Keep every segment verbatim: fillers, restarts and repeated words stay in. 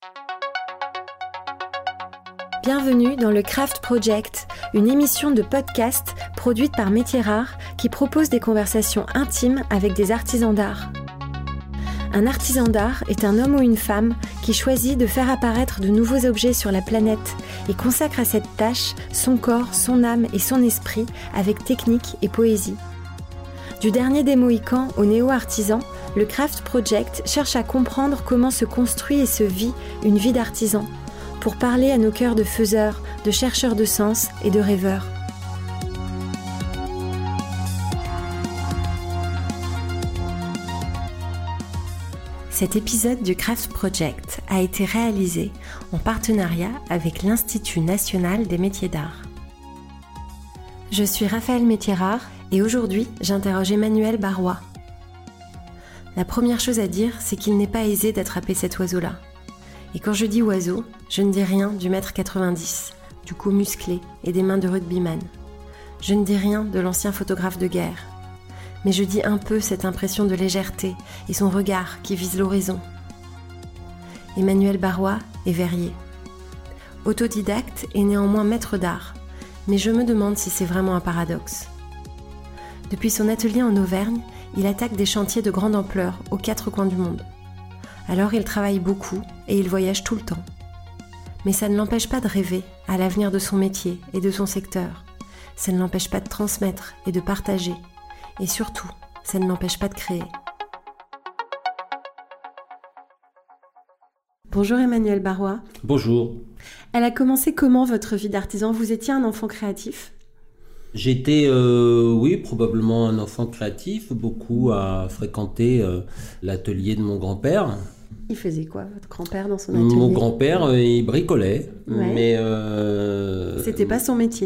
Bienvenue dans le Craft Project, une émission de podcast produite par Métiers Rares qui propose des conversations intimes avec des artisans d'art. Un artisan d'art est un homme ou une femme qui choisit de faire apparaître de nouveaux objets sur la planète et consacre à cette tâche son corps, son âme et son esprit avec technique et poésie. Du dernier des Mohicans au néo-artisan, le Craft Project cherche à comprendre comment se construit et se vit une vie d'artisan, pour parler à nos cœurs de faiseurs, de chercheurs de sens et de rêveurs. Cet épisode du Craft Project a été réalisé en partenariat avec l'Institut national des métiers d'art. Je suis Raphaël Métiers Rares et aujourd'hui, j'interroge Emmanuel Barrois. La première chose à dire, c'est qu'il n'est pas aisé d'attraper cet oiseau-là. Et quand je dis oiseau, je ne dis rien du mètre quatre-vingt-dix, du cou musclé et des mains de rugbyman. Je ne dis rien de l'ancien photographe de guerre. Mais je dis un peu cette impression de légèreté et son regard qui vise l'horizon. Emmanuel Barrois est verrier. Autodidacte et néanmoins maître d'art, mais je me demande si c'est vraiment un paradoxe. Depuis son atelier en Auvergne, il attaque des chantiers de grande ampleur aux quatre coins du monde. Alors il travaille beaucoup et il voyage tout le temps. Mais ça ne l'empêche pas de rêver à l'avenir de son métier et de son secteur. Ça ne l'empêche pas de transmettre et de partager. Et surtout, ça ne l'empêche pas de créer. Bonjour Emmanuel Barrois. Bonjour. Elle a commencé comment votre vie d'artisan ? Vous étiez un enfant créatif ? J'étais, euh, oui, probablement un enfant créatif, beaucoup à fréquenter euh, l'atelier de mon grand-père. Il faisait quoi, votre grand-père, dans son atelier ? Mon grand-père, euh, il bricolait, ouais. mais... Euh, C'était pas son métier ?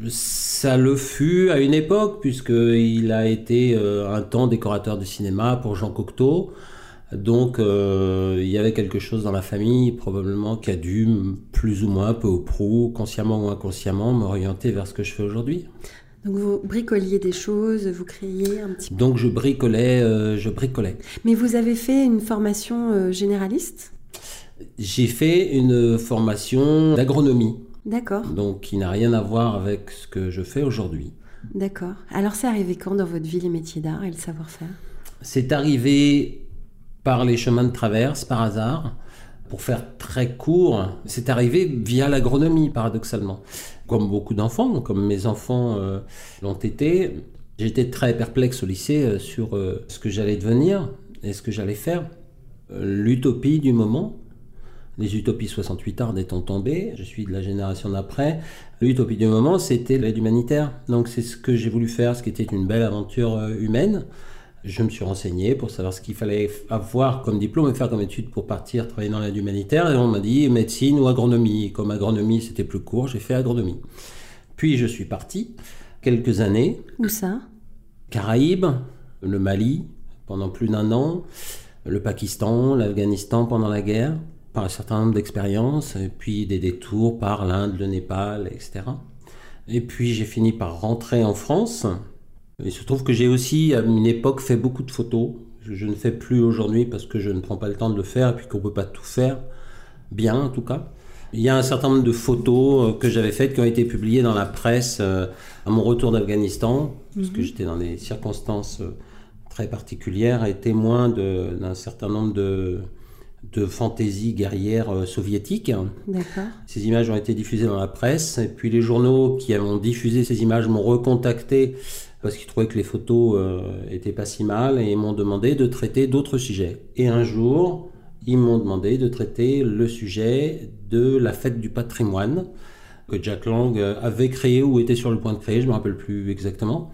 Ça le fut à une époque, puisqu'il a été euh, un temps décorateur de cinéma pour Jean Cocteau. Donc, euh, il y avait quelque chose dans la famille, probablement, qui a dû, plus ou moins, peu ou prou, consciemment ou inconsciemment, m'orienter vers ce que je fais aujourd'hui. Donc, vous bricoliez des choses, vous créiez un petit peu... Donc, je bricolais, euh, je bricolais. Mais vous avez fait une formation euh, généraliste ? J'ai fait une formation d'agronomie. D'accord. Donc, qui n'a rien à voir avec ce que je fais aujourd'hui. D'accord. Alors, c'est arrivé quand dans votre vie, les métiers d'art et le savoir-faire ? C'est arrivé... par les chemins de traverse, par hasard. Pour faire très court, c'est arrivé via l'agronomie, paradoxalement. Comme beaucoup d'enfants, comme mes enfants euh, l'ont été, j'étais très perplexe au lycée euh, sur euh, ce que j'allais devenir et ce que j'allais faire. Euh, l'utopie du moment, les utopies soixante-huit ardes étant tombées, je suis de la génération d'après, l'utopie du moment, c'était l'aide humanitaire. Donc c'est ce que j'ai voulu faire, ce qui était une belle aventure euh, humaine. Je me suis renseigné pour savoir ce qu'il fallait avoir comme diplôme et faire comme étude pour partir travailler dans l'aide humanitaire. Et on m'a dit médecine ou agronomie. Et comme agronomie, c'était plus court, j'ai fait agronomie. Puis je suis parti quelques années. Où ça ? Caraïbes, le Mali, pendant plus d'un an, le Pakistan, l'Afghanistan pendant la guerre, par un certain nombre d'expériences, et puis des détours par l'Inde, le Népal, et cetera. Et puis j'ai fini par rentrer en France. Il se trouve que j'ai aussi, à une époque, fait beaucoup de photos. Je ne fais plus aujourd'hui parce que je ne prends pas le temps de le faire et puis qu'on ne peut pas tout faire, bien en tout cas. Il y a un certain nombre de photos que j'avais faites qui ont été publiées dans la presse à mon retour d'Afghanistan, mmh. parce que j'étais dans des circonstances très particulières et témoin de, d'un certain nombre de, de fantaisies guerrières soviétiques. D'accord. Ces images ont été diffusées dans la presse et puis les journaux qui ont diffusé ces images m'ont recontacté parce qu'ils trouvaient que les photos euh, étaient pas si mal et ils m'ont demandé de traiter d'autres sujets. Et un jour, ils m'ont demandé de traiter le sujet de la fête du patrimoine que Jack Lang avait créé ou était sur le point de créer, je ne me rappelle plus exactement.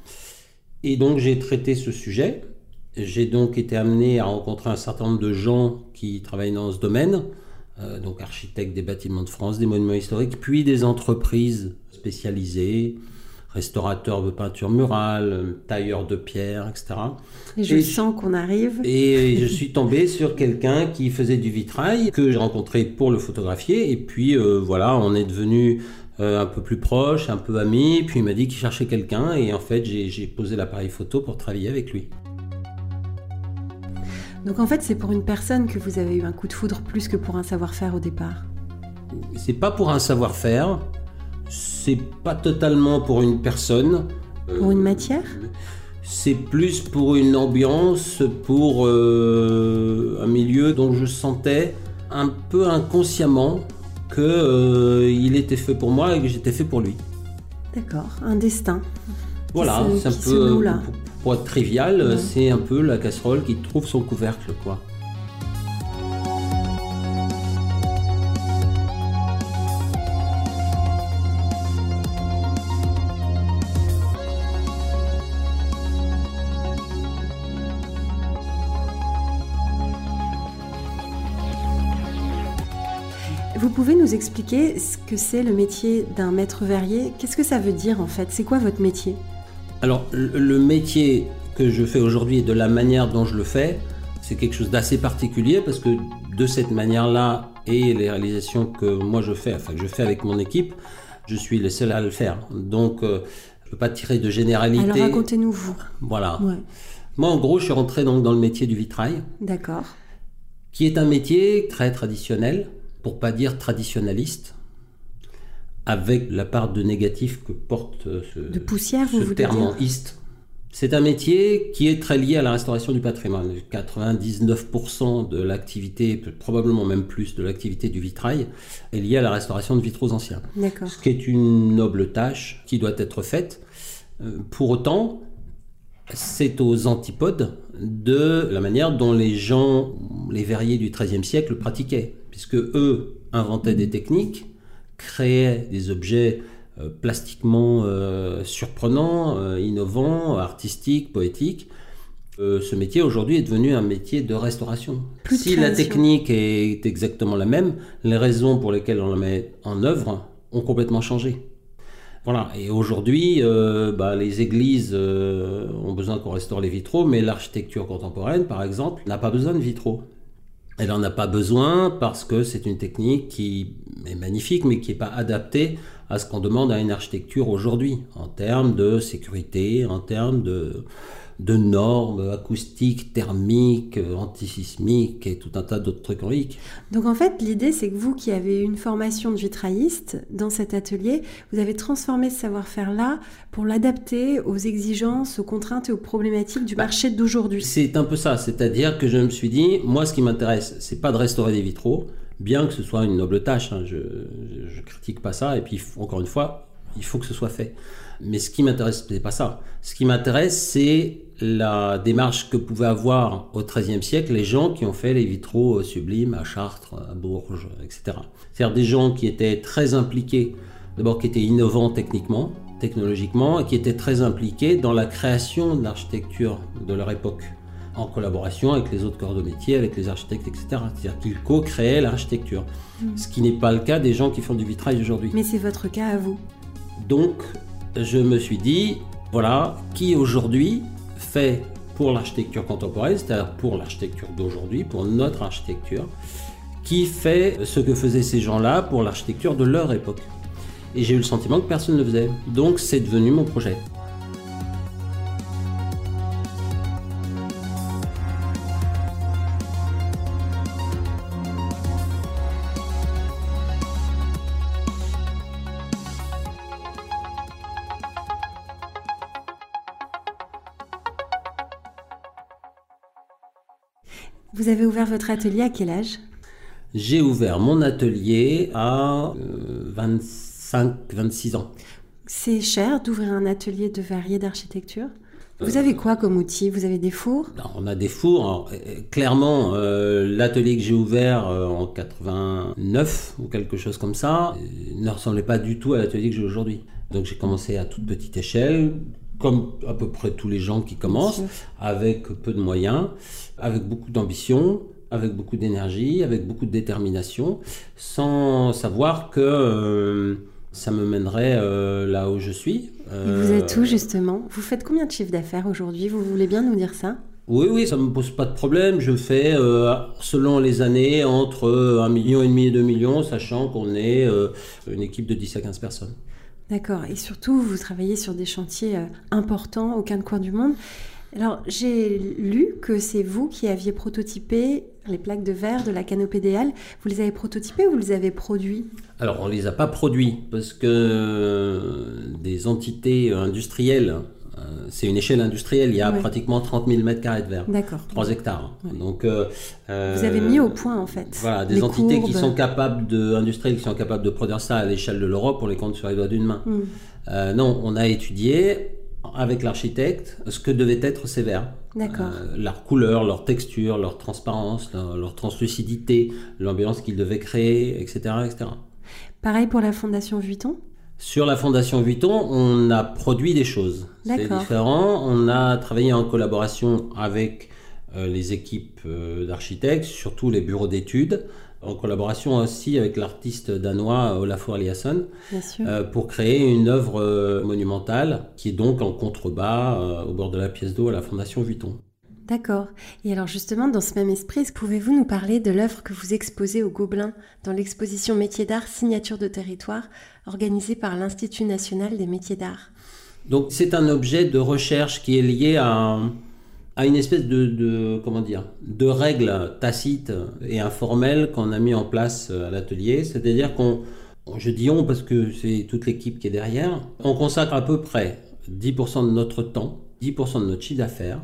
Et donc j'ai traité ce sujet. J'ai donc été amené à rencontrer un certain nombre de gens qui travaillent dans ce domaine, euh, donc architectes des bâtiments de France, des monuments historiques, puis des entreprises spécialisées, restaurateurs de peinture murale, tailleurs de pierre, et cetera. Et je et sens je, qu'on arrive. Et je suis tombé sur quelqu'un qui faisait du vitrail, que j'ai rencontré pour le photographier. Et puis euh, voilà, on est devenus euh, un peu plus proches, un peu amis. Puis il m'a dit qu'il cherchait quelqu'un. Et en fait, j'ai, j'ai posé l'appareil photo pour travailler avec lui. Donc en fait, c'est pour une personne que vous avez eu un coup de foudre plus que pour un savoir-faire au départ. C'est pas pour un savoir-faire, c'est pas totalement pour une personne. Pour une matière ? C'est plus pour une ambiance, pour euh, un milieu dont je sentais un peu inconsciemment qu'il euh, était fait pour moi et que j'étais fait pour lui. D'accord, un destin. Voilà, se, c'est un peu, pour, pour être trivial, ouais. C'est un peu la casserole qui trouve son couvercle, quoi. Vous pouvez nous expliquer ce que c'est le métier d'un maître verrier ? Qu'est-ce que ça veut dire en fait ? C'est quoi votre métier ? Alors, le métier que je fais aujourd'hui et de la manière dont je le fais, c'est quelque chose d'assez particulier parce que de cette manière-là et les réalisations que moi je fais, enfin que je fais avec mon équipe, je suis le seul à le faire. Donc, euh, je ne peux pas tirer de généralité. Alors racontez-nous vous. Voilà. Ouais. Moi, en gros, je suis rentré donc dans le métier du vitrail. D'accord. Qui est un métier très traditionnel, pour pas dire traditionnaliste, avec la part de négatif que porte ce, de poussière, ce vous vous terme en iste. C'est un métier qui est très lié à la restauration du patrimoine. quatre-vingt-dix-neuf pour cent de l'activité, probablement même plus, de l'activité du vitrail est liée à la restauration de vitraux anciens. D'accord. Ce qui est une noble tâche qui doit être faite. Pour autant, c'est aux antipodes de la manière dont les gens, les verriers du treizième siècle pratiquaient, puisque eux inventaient des techniques, créaient des objets euh, plastiquement euh, surprenants, euh, innovants, artistiques, poétiques. Euh, ce métier aujourd'hui est devenu un métier de restauration. Plus de si création. La technique est exactement la même, les raisons pour lesquelles on la met en œuvre ont complètement changé. Voilà, et aujourd'hui, euh, bah, les églises euh, ont besoin qu'on restaure les vitraux, mais l'architecture contemporaine, par exemple, n'a pas besoin de vitraux. Elle n'en a pas besoin parce que c'est une technique qui est magnifique, mais qui n'est pas adaptée à ce qu'on demande à une architecture aujourd'hui, en termes de sécurité, en termes de, de normes acoustiques, thermiques, antisismiques et tout un tas d'autres trucs en hic. Donc en fait, l'idée, c'est que vous qui avez une formation de vitrailliste dans cet atelier, vous avez transformé ce savoir-faire-là pour l'adapter aux exigences, aux contraintes et aux problématiques du bah, marché d'aujourd'hui. C'est un peu ça, c'est-à-dire que je me suis dit, moi ce qui m'intéresse, c'est pas de restaurer des vitraux, bien que ce soit une noble tâche, hein, je, je, je critique pas ça, et puis encore une fois, il faut que ce soit fait. Mais ce qui m'intéresse, c'est pas ça. Ce qui m'intéresse, c'est la démarche que pouvaient avoir au treizième siècle les gens qui ont fait les vitraux sublimes à Chartres, à Bourges, et cetera. C'est-à-dire des gens qui étaient très impliqués, d'abord qui étaient innovants techniquement, technologiquement, et qui étaient très impliqués dans la création de l'architecture de leur époque, en collaboration avec les autres corps de métier, avec les architectes, et cetera. C'est-à-dire qu'ils co-créaient l'architecture, mmh. ce qui n'est pas le cas des gens qui font du vitrail aujourd'hui. Mais c'est votre cas à vous. Donc, je me suis dit, voilà, qui aujourd'hui fait pour l'architecture contemporaine, c'est-à-dire pour l'architecture d'aujourd'hui, pour notre architecture, qui fait ce que faisaient ces gens-là pour l'architecture de leur époque. Et j'ai eu le sentiment que personne ne le faisait. Donc, c'est devenu mon projet. Vous avez ouvert votre atelier à quel âge ? J'ai ouvert mon atelier à euh, vingt-cinq vingt-six ans. C'est cher d'ouvrir un atelier de verrier d'architecture ? Vous avez quoi comme outil ? Vous avez des fours ? Non, on a des fours. Alors, euh, clairement, euh, l'atelier que j'ai ouvert euh, en quatre-vingt-neuf ou quelque chose comme ça euh, ne ressemblait pas du tout à l'atelier que j'ai aujourd'hui. Donc j'ai commencé à toute petite échelle, comme à peu près tous les gens qui commencent, avec peu de moyens, avec beaucoup d'ambition, avec beaucoup d'énergie, avec beaucoup de détermination, sans savoir que euh, ça me mènerait euh, là où je suis. Euh, Et vous êtes où justement ? Vous faites combien de chiffre d'affaires aujourd'hui ? Vous voulez bien nous dire ça ? Oui, oui, ça ne me pose pas de problème. Je fais, euh, selon les années, entre un million et demi et deux millions, sachant qu'on est euh, une équipe de dix à quinze personnes. D'accord. Et surtout, vous travaillez sur des chantiers euh, importants au quatre coins du monde. Alors, j'ai lu que c'est vous qui aviez prototypé les plaques de verre de la canopée des Halles. Vous les avez prototypées ou vous les avez produits ? Alors, on ne les a pas produits parce que des entités industrielles, c'est une échelle industrielle, il y a ouais. pratiquement trente mille mètres carrés de verre. D'accord. trois hectares. Ouais. Donc, euh, vous avez mis au point, en fait. Voilà, des entités courbes. qui sont capables de, industrielles qui sont capables de produire ça à l'échelle de l'Europe, on les compte sur les doigts d'une main. Mm. Euh, non, on a étudié avec l'architecte ce que devaient être ces verres. D'accord. Euh, leur couleur, leur texture, leur transparence, leur, leur translucidité, l'ambiance qu'ils devaient créer, et cetera, et cetera. Pareil pour la Fondation Vuitton ? Sur la Fondation Vuitton, on a produit des choses. D'accord. C'est différent. On a travaillé en collaboration avec euh, les équipes euh, d'architectes, surtout les bureaux d'études, en collaboration aussi avec l'artiste danois Olafur Eliasson, euh, pour créer une œuvre euh, monumentale qui est donc en contrebas euh, au bord de la pièce d'eau à la Fondation Vuitton. D'accord. Et alors justement, dans ce même esprit, pouvez-vous nous parler de l'œuvre que vous exposez au Gobelin dans l'exposition Métiers d'art Signature de territoire organisée par l'Institut national des métiers d'art ? Donc c'est un objet de recherche qui est lié à, un, à une espèce de, de, comment dire, de règles tacites et informelles qu'on a mis en place à l'atelier. C'est-à-dire qu'on, je dis on parce que c'est toute l'équipe qui est derrière, on consacre à peu près dix pour cent de notre temps, dix pour cent de notre chiffre d'affaires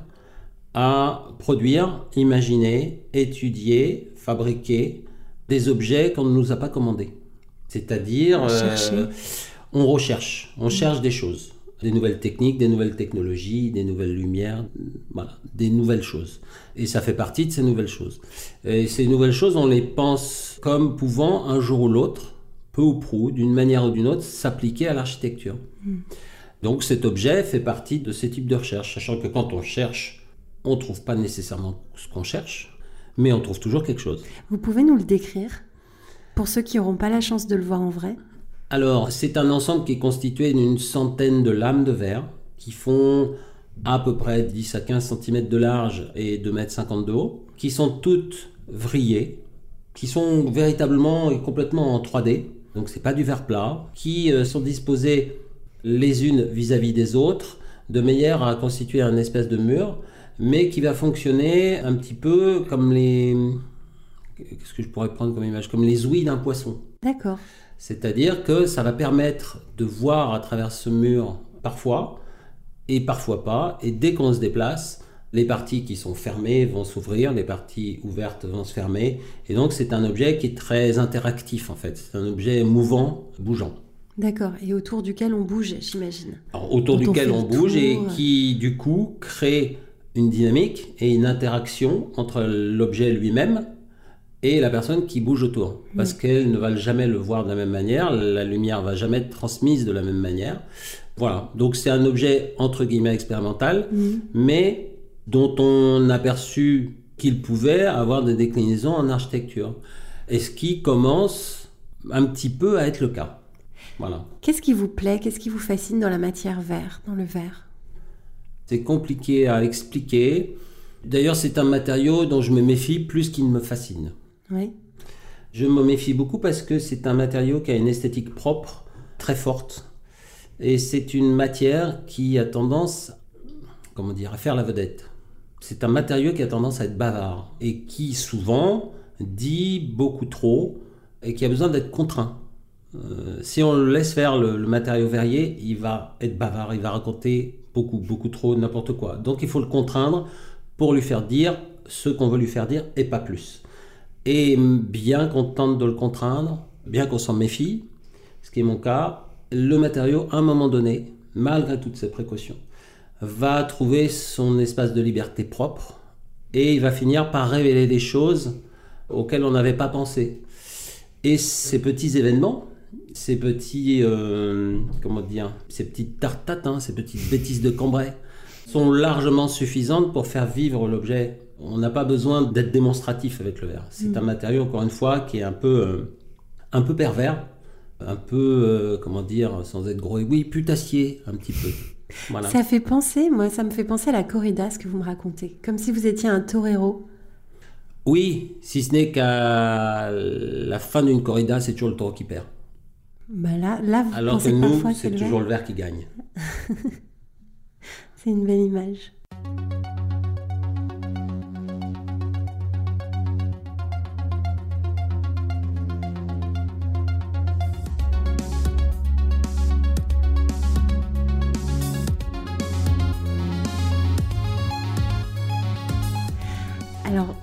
à produire, imaginer, étudier, fabriquer des objets qu'on ne nous a pas commandés. C'est-à-dire, euh, on recherche, on cherche des choses, des nouvelles techniques, des nouvelles technologies, des nouvelles lumières, voilà, des nouvelles choses. Et ça fait partie de ces nouvelles choses. Et ces nouvelles choses, on les pense comme pouvant un jour ou l'autre, peu ou prou, d'une manière ou d'une autre, s'appliquer à l'architecture. Mm. Donc cet objet fait partie de ces types de recherche, sachant que quand on cherche, on ne trouve pas nécessairement ce qu'on cherche, mais on trouve toujours quelque chose. Vous pouvez nous le décrire, pour ceux qui n'auront pas la chance de le voir en vrai ? Alors, c'est un ensemble qui est constitué d'une centaine de lames de verre, qui font à peu près dix à quinze centimètres de large et deux mètres cinquante de haut, qui sont toutes vrillées, qui sont véritablement et complètement en trois D, donc c'est pas du verre plat, qui euh, sont disposées les unes vis-à-vis des autres, de manière à constituer un espèce de mur, mais qui va fonctionner un petit peu comme les... Qu'est-ce que je pourrais prendre comme image ? Comme les ouïes d'un poisson. D'accord. C'est-à-dire que ça va permettre de voir à travers ce mur parfois, et parfois pas, et dès qu'on se déplace, les parties qui sont fermées vont s'ouvrir, les parties ouvertes vont se fermer, et donc c'est un objet qui est très interactif en fait. C'est un objet mouvant, bougeant. D'accord, et autour duquel on bouge, j'imagine. Alors, autour Quand duquel on, on bouge tour, et qui, du coup, crée une dynamique et une interaction entre l'objet lui-même et la personne qui bouge autour. Parce mmh. qu'elle ne va jamais le voir de la même manière, la lumière ne va jamais être transmise de la même manière. Voilà, donc c'est un objet entre guillemets expérimental, mmh. mais dont on a perçu qu'il pouvait avoir des déclinaisons en architecture. Et ce qui commence un petit peu à être le cas. Voilà. Qu'est-ce qui vous plaît, qu'est-ce qui vous fascine dans la matière verre, dans le verre ? C'est compliqué à expliquer. D'ailleurs, c'est un matériau dont je me méfie plus qu'il ne me fascine. Oui. Je me méfie beaucoup parce que c'est un matériau qui a une esthétique propre, très forte. Et c'est une matière qui a tendance, comment dire, à faire la vedette. C'est un matériau qui a tendance à être bavard et qui, souvent, dit beaucoup trop et qui a besoin d'être contraint. Euh, si on le laisse faire le, le matériau verrier, il va être bavard, il va raconter beaucoup, beaucoup trop n'importe quoi. Donc il faut le contraindre pour lui faire dire ce qu'on veut lui faire dire et pas plus. Et bien qu'on tente de le contraindre, bien qu'on s'en méfie, ce qui est mon cas, le matériau, à un moment donné, malgré toutes ces précautions, va trouver son espace de liberté propre et il va finir par révéler des choses auxquelles on n'avait pas pensé. Et ces petits événements, ces petits, euh, comment dire, ces petites tartates, hein, ces petites bêtises de Cambrai, sont largement suffisantes pour faire vivre l'objet. On n'a pas besoin d'être démonstratif avec le verre. C'est mmh. un matériau, encore une fois, qui est un peu, euh, un peu pervers, un peu, euh, comment dire, sans être gros, oui, putassier, un petit peu. Voilà. Ça fait penser, moi, ça me fait penser à la corrida, ce que vous me racontez, comme si vous étiez un torero. Oui, si ce n'est qu'à la fin d'une corrida, c'est toujours le taureau qui perd. Bah là, là, vous Alors pensez que nous, parfois c'est que toujours le le verre qui gagne. C'est une belle image.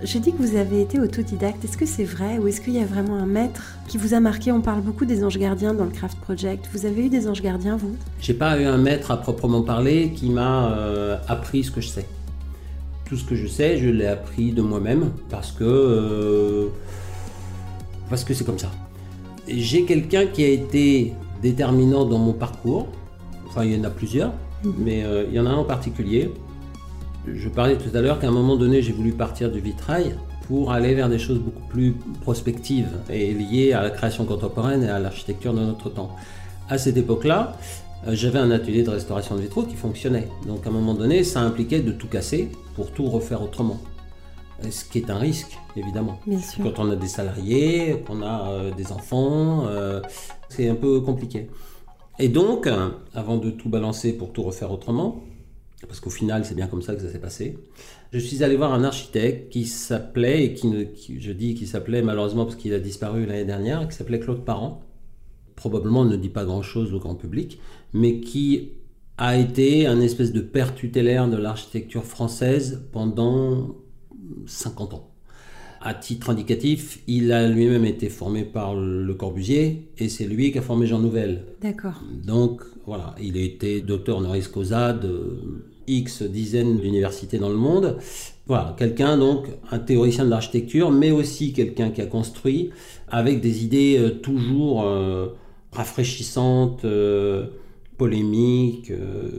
j'ai dit que vous avez été autodidacte. Est-ce que c'est vrai ou est-ce qu'il y a vraiment un maître qui vous a marqué? On parle beaucoup des anges gardiens dans le Craft Project. Vous avez eu des anges gardiens, vous? J'ai pas eu un maître à proprement parler qui m'a euh, appris ce que je sais. Tout ce que je sais, je l'ai appris de moi-même parce que euh, parce que c'est comme ça. J'ai quelqu'un qui a été déterminant dans mon parcours. Enfin, il y en a plusieurs, mmh. mais euh, il y en a un en particulier. Je parlais tout à l'heure qu'à un moment donné, j'ai voulu partir du vitrail pour aller vers des choses beaucoup plus prospectives et liées à la création contemporaine et à l'architecture de notre temps. À cette époque-là, j'avais un atelier de restauration de vitraux qui fonctionnait. Donc à un moment donné, ça impliquait de tout casser pour tout refaire autrement. Ce qui est un risque, évidemment. Bien sûr. Quand on a des salariés, qu'on a euh, des enfants, euh, c'est un peu compliqué. Et donc, avant de tout balancer pour tout refaire autrement, parce qu'au final, c'est bien comme ça que ça s'est passé. Je suis allé voir un architecte qui s'appelait, et qui, ne, qui je dis qu'il s'appelait malheureusement parce qu'il a disparu l'année dernière, qui s'appelait Claude Parent. Probablement ne dit pas grand-chose au grand public, mais qui a été un espèce de père tutélaire de l'architecture française pendant cinquante ans. À titre indicatif, il a lui-même été formé par Le Corbusier et c'est lui qui a formé Jean Nouvel. D'accord. Donc voilà, il a été docteur honoris causa de X dizaines d'universités dans le monde. Voilà, quelqu'un donc, un théoricien de l'architecture, mais aussi quelqu'un qui a construit avec des idées euh, toujours euh, rafraîchissantes, euh, polémiques, euh,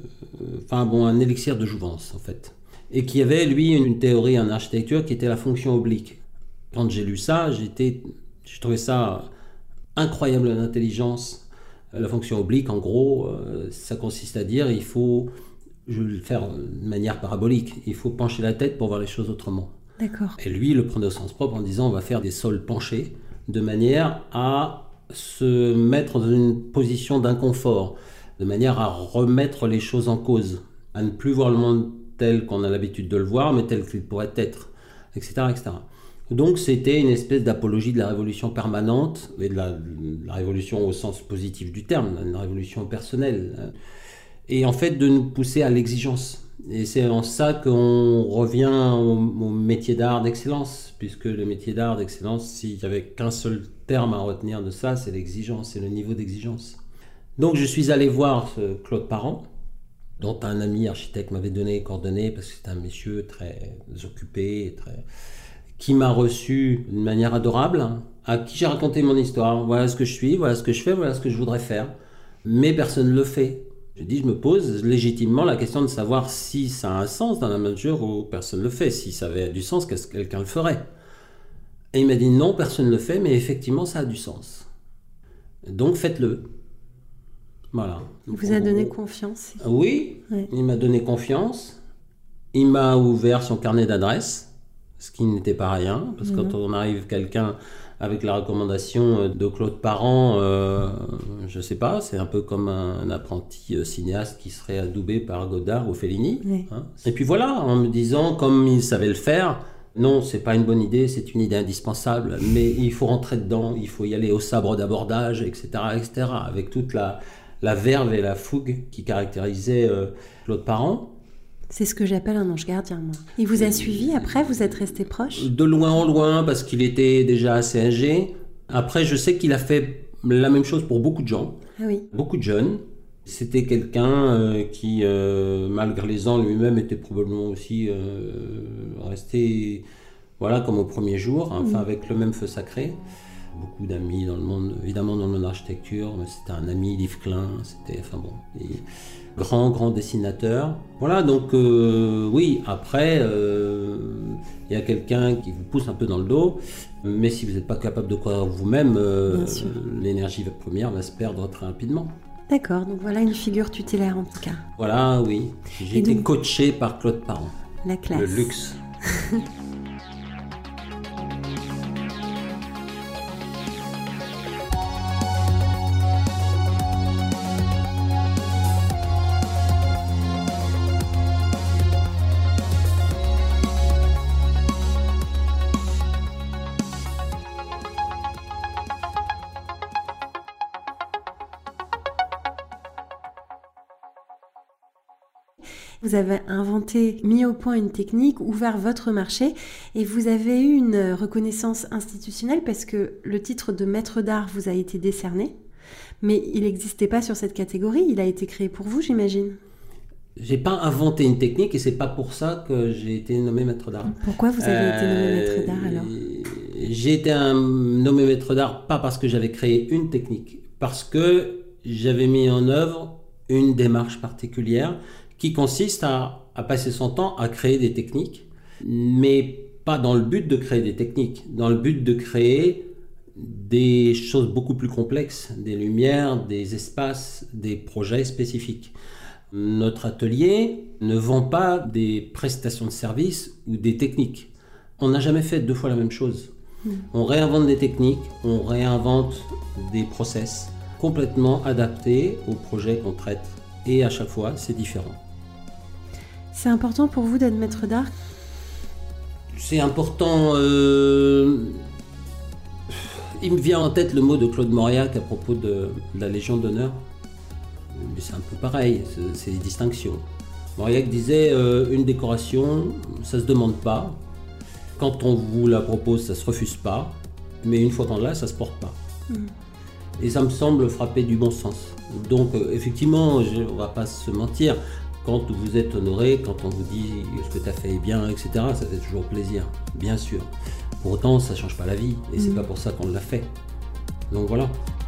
enfin bon, un élixir de jouvence en fait. Et qui avait, lui, une théorie en architecture qui était la fonction oblique. Quand j'ai lu ça, j'étais, j'ai trouvé ça incroyable d'intelligence. La fonction oblique, en gros, ça consiste à dire il faut, je vais le faire de manière parabolique, il faut pencher la tête pour voir les choses autrement. D'accord. Et lui, il le prenait au sens propre en disant on va faire des sols penchés de manière à se mettre dans une position d'inconfort, de manière à remettre les choses en cause, à ne plus voir le monde tel qu'on a l'habitude de le voir, mais tel qu'il pourrait être, et cetera, et cetera. Donc c'était une espèce d'apologie de la révolution permanente, et de la, de la révolution au sens positif du terme, une révolution personnelle, et en fait de nous pousser à l'exigence. Et c'est en ça qu'on revient au, au métier d'art d'excellence, puisque le métier d'art d'excellence, s'il n'y avait qu'un seul terme à retenir de ça, c'est l'exigence, c'est le niveau d'exigence. Donc je suis allé voir ce Claude Parent, dont un ami architecte m'avait donné les coordonnées, parce que c'est un monsieur très occupé, très... qui m'a reçu d'une manière adorable, à qui j'ai raconté mon histoire. Voilà ce que je suis, voilà ce que je fais, voilà ce que je voudrais faire. Mais personne ne le fait. Je dis, je me pose légitimement la question de savoir si ça a un sens dans la mesure où personne ne le fait. Si ça avait du sens, qu'est-ce que quelqu'un le ferait? Et il m'a dit, non, personne ne le fait, mais effectivement, ça a du sens. Donc faites-le. Voilà. Il vous a donné confiance. Oui, ouais. Il m'a donné confiance. Il m'a ouvert son carnet d'adresses, ce qui n'était pas rien, parce que mmh. quand on arrive quelqu'un avec la recommandation de Claude Parent, euh, je ne sais pas, c'est un peu comme un, un apprenti cinéaste qui serait adoubé par Godard ou Fellini. Oui. Hein. Et puis voilà, en me disant, comme il savait le faire, non, c'est pas une bonne idée, c'est une idée indispensable, mais il faut rentrer dedans, il faut y aller au sabre d'abordage, et cetera, et cetera, avec toute la... la verve et la fougue qui caractérisaient euh, Claude Parent. C'est ce que j'appelle un ange gardien, moi. Il vous a suivi après? Vous êtes resté proche? De loin en loin, parce qu'il était déjà assez âgé. Après, je sais qu'il a fait la même chose pour beaucoup de gens, ah oui. beaucoup de jeunes. C'était quelqu'un euh, qui, euh, malgré les ans, lui-même était probablement aussi euh, resté, voilà, comme au premier jour, hein, enfin, mmh. avec le même feu sacré. Beaucoup d'amis dans le monde, évidemment dans le monde d'architecture, mais c'était un ami, Yves Klein, c'était, enfin bon, grand, grand dessinateur. Voilà, donc euh, oui, après, il euh, y a quelqu'un qui vous pousse un peu dans le dos, mais si vous n'êtes pas capable de croire vous-même, euh, l'énergie première va se perdre très rapidement. D'accord, donc voilà une figure tutélaire en tout cas. Voilà, oui. J'ai Et été donc... coaché par Claude Parent. La classe. Le luxe. Vous avez inventé, mis au point une technique, ouvert votre marché et vous avez eu une reconnaissance institutionnelle parce que le titre de maître d'art vous a été décerné, mais il n'existait pas sur cette catégorie, il a été créé pour vous, j'imagine. J'ai pas inventé une technique et c'est pas pour ça que j'ai été nommé maître d'art. Pourquoi vous avez euh, été nommé maître d'art alors ? J'ai été un, nommé maître d'art pas parce que j'avais créé une technique, parce que j'avais mis en œuvre une démarche particulière qui consiste à, à passer son temps à créer des techniques, mais pas dans le but de créer des techniques, dans le but de créer des choses beaucoup plus complexes, des lumières, des espaces, des projets spécifiques. Notre atelier ne vend pas des prestations de services ou des techniques. On n'a jamais fait deux fois la même chose. Mmh. On réinvente des techniques, on réinvente des process complètement adaptés aux projets qu'on traite. Et à chaque fois, c'est différent. C'est important pour vous d'être maître d'art ? C'est important... Euh... Il me vient en tête le mot de Claude Mauriac à propos de, de la Légion d'honneur. Mais c'est un peu pareil, c'est, c'est des distinctions. Mauriac disait euh, une décoration, ça se demande pas. Quand on vous la propose, ça se refuse pas. Mais une fois qu'on l'a, ça se porte pas. Mmh. Et ça me semble frapper du bon sens. Donc euh, effectivement, je, on va pas se mentir. Quand vous êtes honoré, quand on vous dit ce que tu as fait est bien, et cetera, ça fait toujours plaisir, bien sûr. Pour autant, ça change pas la vie. Et mmh. c'est pas pour ça qu'on l'a fait. Donc voilà.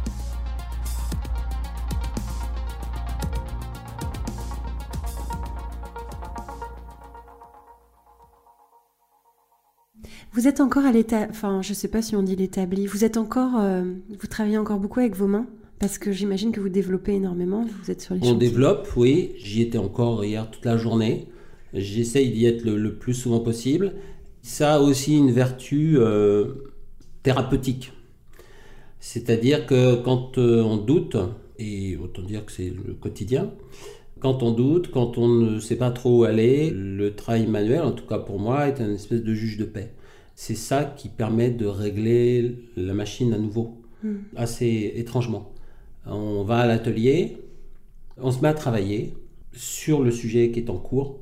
Vous êtes encore à l'état, enfin je sais pas si on dit l'établi, vous êtes encore, euh, vous travaillez encore beaucoup avec vos mains ? Parce que j'imagine que vous développez énormément, vous êtes sur les On chantiers. développe, oui, j'y étais encore hier toute la journée, j'essaye d'y être le, le plus souvent possible. Ça a aussi une vertu euh, thérapeutique, c'est-à-dire que quand euh, on doute, et autant dire que c'est le quotidien, quand on doute, quand on ne sait pas trop où aller, le travail manuel, en tout cas pour moi, est une espèce de juge de paix. C'est ça qui permet de régler la machine à nouveau, mmh. assez étrangement. On va à l'atelier, on se met à travailler sur le sujet qui est en cours,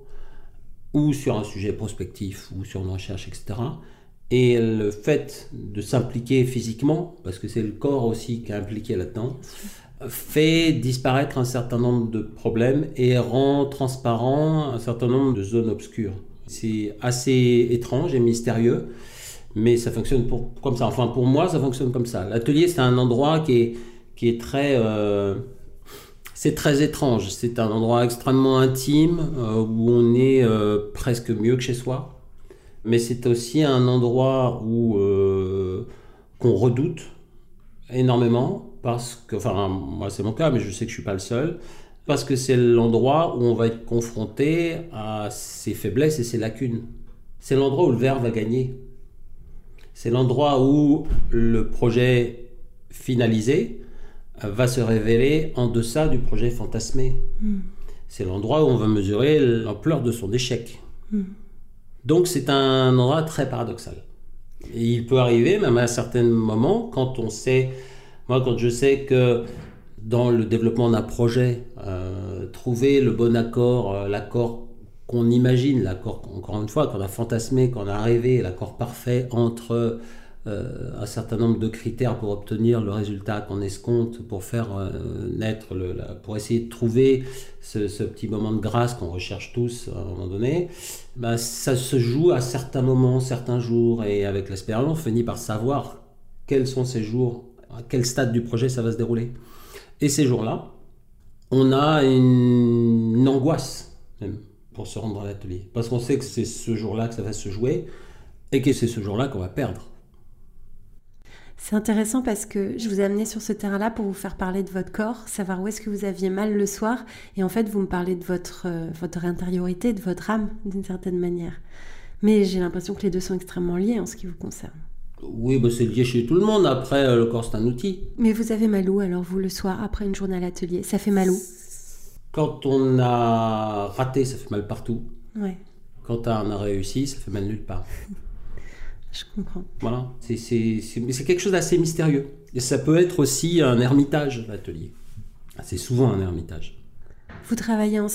ou sur un sujet prospectif, ou sur une recherche, et cetera. Et le fait de s'impliquer physiquement, parce que c'est le corps aussi qui est impliqué là-dedans, fait disparaître un certain nombre de problèmes et rend transparent un certain nombre de zones obscures. C'est assez étrange et mystérieux, mais ça fonctionne pour, comme ça. Enfin, pour moi, ça fonctionne comme ça. L'atelier, c'est un endroit qui est, qui est très... Euh, c'est très étrange. C'est un endroit extrêmement intime, euh, où on est euh, presque mieux que chez soi. Mais c'est aussi un endroit où, euh, qu'on redoute énormément, parce que, enfin, moi c'est mon cas, mais je sais que je ne suis pas le seul, parce que c'est l'endroit où on va être confronté à ses faiblesses et ses lacunes. C'est l'endroit où le verre va gagner. C'est l'endroit où le projet finalisé va se révéler en deçà du projet fantasmé. Mm. C'est l'endroit où on va mesurer l'ampleur de son échec. Mm. Donc c'est un endroit très paradoxal. Et il peut arriver, même à certains moments, quand on sait... Moi, quand je sais que dans le développement d'un projet, euh, trouver le bon accord, euh, l'accord qu'on imagine, l'accord, encore une fois, qu'on a fantasmé, qu'on a rêvé, l'accord parfait entre euh, un certain nombre de critères pour obtenir le résultat qu'on escompte, pour faire euh, naître, le, la, pour essayer de trouver ce, ce petit moment de grâce qu'on recherche tous à un moment donné, ben, ça se joue à certains moments, certains jours, et avec l'expérience, on finit par savoir quels sont ces jours, à quel stade du projet ça va se dérouler. Et ces jours-là, on a une, une angoisse même pour se rendre à l'atelier. Parce qu'on sait que c'est ce jour-là que ça va se jouer et que c'est ce jour-là qu'on va perdre. C'est intéressant parce que je vous ai amené sur ce terrain-là pour vous faire parler de votre corps, savoir où est-ce que vous aviez mal le soir. Et en fait, vous me parlez de votre, euh, votre intériorité, de votre âme, d'une certaine manière. Mais j'ai l'impression que les deux sont extrêmement liés en ce qui vous concerne. Oui, bah c'est lié chez tout le monde. Après, le corps, c'est un outil. Mais vous avez mal où, alors, vous, le soir, après une journée à l'atelier ? Ça fait mal où ? Quand on a raté, ça fait mal partout. Ouais. Quand on a réussi, ça fait mal nulle part. Je comprends. Voilà, c'est, c'est, c'est, c'est quelque chose d'assez mystérieux. Et ça peut être aussi un ermitage, l'atelier. C'est souvent un ermitage. Vous travaillez en silence ?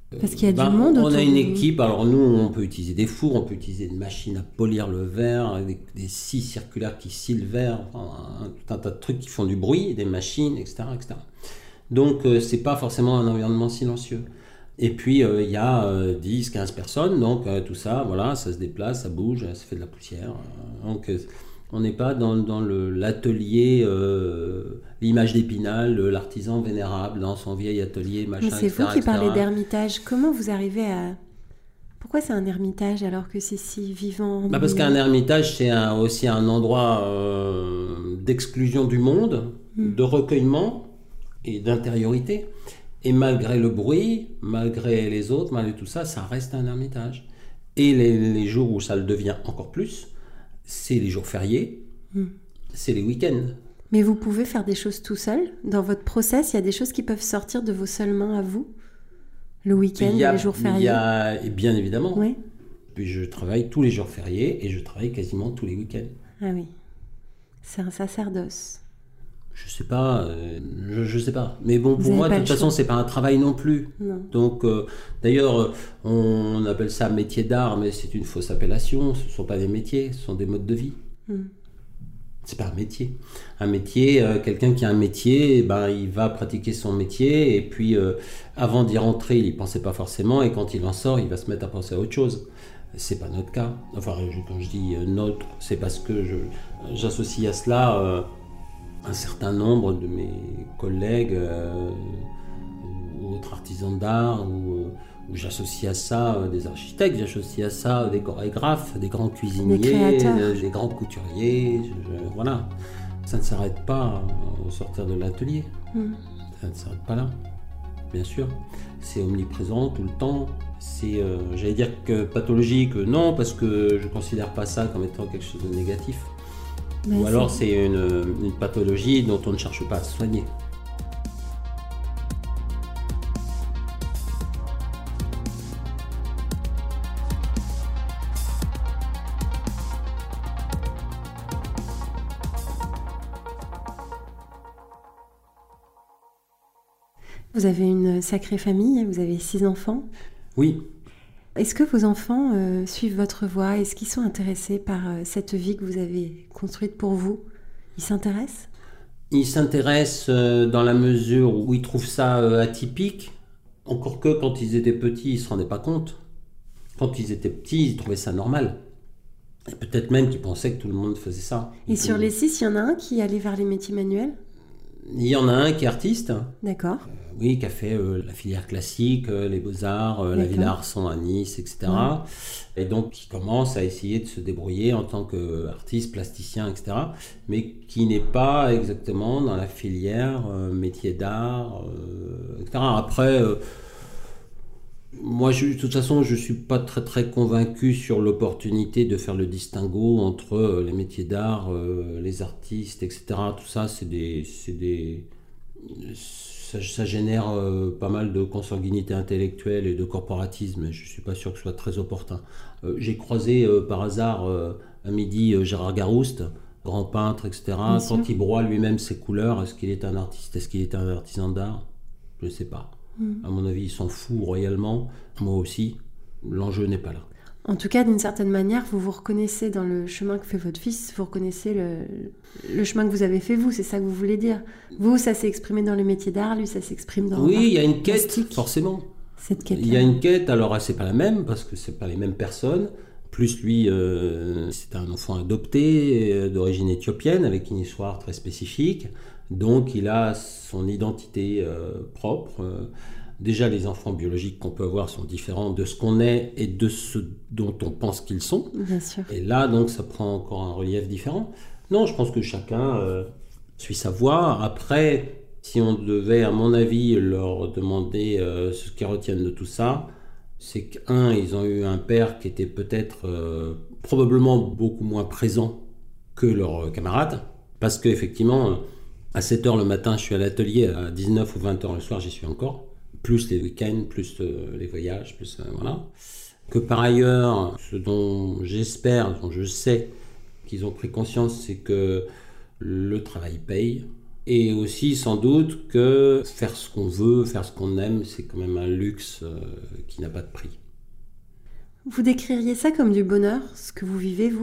Parce qu'il y a Ben, du monde on autour a une de équipe, alors nous on peut utiliser des fours, on peut utiliser une machine à polir le verre, des, des scies circulaires qui scient le verre, enfin, un, tout un tas de trucs qui font du bruit, des machines, et cetera et cetera. Donc euh, c'est pas forcément un environnement silencieux. Et puis euh, il y a euh, dix quinze personnes, donc euh, tout ça, voilà, ça se déplace, ça bouge, ça fait de la poussière. Euh, donc euh, on n'est pas dans, dans le, l'atelier, euh, l'image d'Épinal, l'artisan vénérable dans son vieil atelier, machin, Mais c'est et cetera vous qui et cetera. parlez d'ermitage. Comment vous arrivez à... Pourquoi c'est un ermitage alors que c'est si vivant? Bah parce qu'un ermitage, c'est un- aussi un endroit euh, d'exclusion du monde, Mm. de recueillement et d'intériorité. Et malgré le bruit, malgré les autres, malgré tout ça, ça reste un ermitage. Et les, les jours où ça le devient encore plus, c'est les jours fériés, Mm. c'est les week-ends. Mais vous pouvez faire des choses tout seul? Dans votre process, il y a des choses qui peuvent sortir de vos seules mains à vous? Le week-end, Il y a- les jours il fériés? y a, et bien évidemment. Oui. Puis je travaille tous les jours fériés et je travaille quasiment tous les week-ends. Ah oui. C'est un sacerdoce. Je sais pas, euh, je, je sais pas. Mais bon, Vous pour avez moi, pas de le toute façon, choix. c'est pas un travail non plus. Non. Donc, euh, d'ailleurs, euh, on appelle ça métier d'art, mais c'est une fausse appellation. Ce ne sont pas des métiers, ce sont des modes de vie. Mm. C'est pas un métier. Un métier, euh, quelqu'un qui a un métier, eh ben, il va pratiquer son métier, et puis euh, avant d'y rentrer, il n'y pensait pas forcément, et quand il en sort, il va se mettre à penser à autre chose. C'est pas notre cas. Enfin, je- quand je dis euh, notre, c'est parce que je, j'associe à cela euh, un certain nombre de mes collègues euh, ou autres artisans d'art, ou, euh, ou j'associe à ça euh, des architectes, j'associe à ça euh, des chorégraphes, des grands cuisiniers, Des créateurs. euh, des grands couturiers, je- je- voilà. Ça ne s'arrête pas euh, au sortir de l'atelier, Mm. ça ne s'arrête pas là, bien sûr. C'est omniprésent tout le temps. C'est, euh, j'allais dire que pathologique, euh, non, parce que je ne considère pas ça comme étant quelque chose de négatif. Mais Ou c'est- alors c'est une, une pathologie dont on ne cherche pas à se soigner. Vous avez une sacrée famille, vous avez six enfants. Oui, Est-ce que vos enfants euh, suivent votre voie? Est-ce qu'ils sont intéressés par euh, cette vie que vous avez construite pour vous? Ils s'intéressent? ils s'intéressent euh, dans la mesure où ils trouvent ça euh, atypique. Encore que quand ils étaient petits, ils ne se rendaient pas compte. Quand ils étaient petits, ils trouvaient ça normal. Et peut-être même qu'ils pensaient que tout le monde faisait ça. Et Ils- sur les six, il y en a un qui allait vers les métiers manuels? Il y en a un qui est artiste, D'accord. oui, qui a fait euh, la filière classique, euh, les beaux-arts, euh, la D'accord. Villa Arson à Nice, et cetera. Et donc qui commence à essayer de se débrouiller en tant qu'artiste, plasticien, et cetera. Mais qui n'est pas exactement dans la filière euh, métier d'art, euh, et cetera. Après, euh, moi, je, de toute façon, je ne suis pas très très convaincu sur l'opportunité de faire le distinguo entre euh, les métiers d'art, euh, les artistes, et cetera. Tout ça, c'est des, c'est des, ça, ça génère euh, pas mal de consanguinité intellectuelle et de corporatisme. Et je ne suis pas sûr que ce soit très opportun. Euh, j'ai croisé euh, par hasard euh, à midi euh, Gérard Garouste, grand peintre, et cetera. Bien Quand sûr. il broie lui-même ses couleurs, est-ce qu'il est un artiste? Est-ce qu'il est un artisan d'art? Je ne sais pas. À mon avis, il s'en fout royalement. Moi aussi. L'enjeu n'est pas là. En tout cas, d'une certaine manière, vous vous reconnaissez dans le chemin que fait votre fils, vous reconnaissez le, le chemin que vous avez fait vous, c'est ça que vous voulez dire. Vous, ça s'est exprimé dans le métier d'art, lui, ça s'exprime dans Oui, il y a une l'art quête, plastique. forcément. Cette quête. Il y a une quête, alors c'est pas la même, parce que c'est pas les mêmes personnes. Plus lui, euh, c'est un enfant adopté, euh, d'origine éthiopienne, avec une histoire très spécifique. Donc il a son identité euh, propre. Euh, déjà, les enfants biologiques qu'on peut avoir sont différents de ce qu'on est et de ce dont on pense qu'ils sont. Bien sûr. Et là, donc, ça prend encore un relief différent. Non, je pense que chacun euh, suit sa voie. Après, si on devait, à mon avis, leur demander euh, ce qu'ils retiennent de tout ça, c'est qu'un, ils ont eu un père qui était peut-être euh, probablement beaucoup moins présent que leurs camarades. Parce qu'effectivement, à sept heures le matin, je suis à l'atelier, à dix-neuf ou vingt heures le soir, j'y suis encore. Plus les week-ends, plus euh, les voyages, plus euh, voilà. Que par ailleurs, ce dont j'espère, dont je sais qu'ils ont pris conscience, c'est que le travail paye. Et aussi, sans doute, que faire ce qu'on veut, faire ce qu'on aime, c'est quand même un luxe euh, qui n'a pas de prix. Vous décririez ça comme du bonheur, ce que vous vivez, vous ?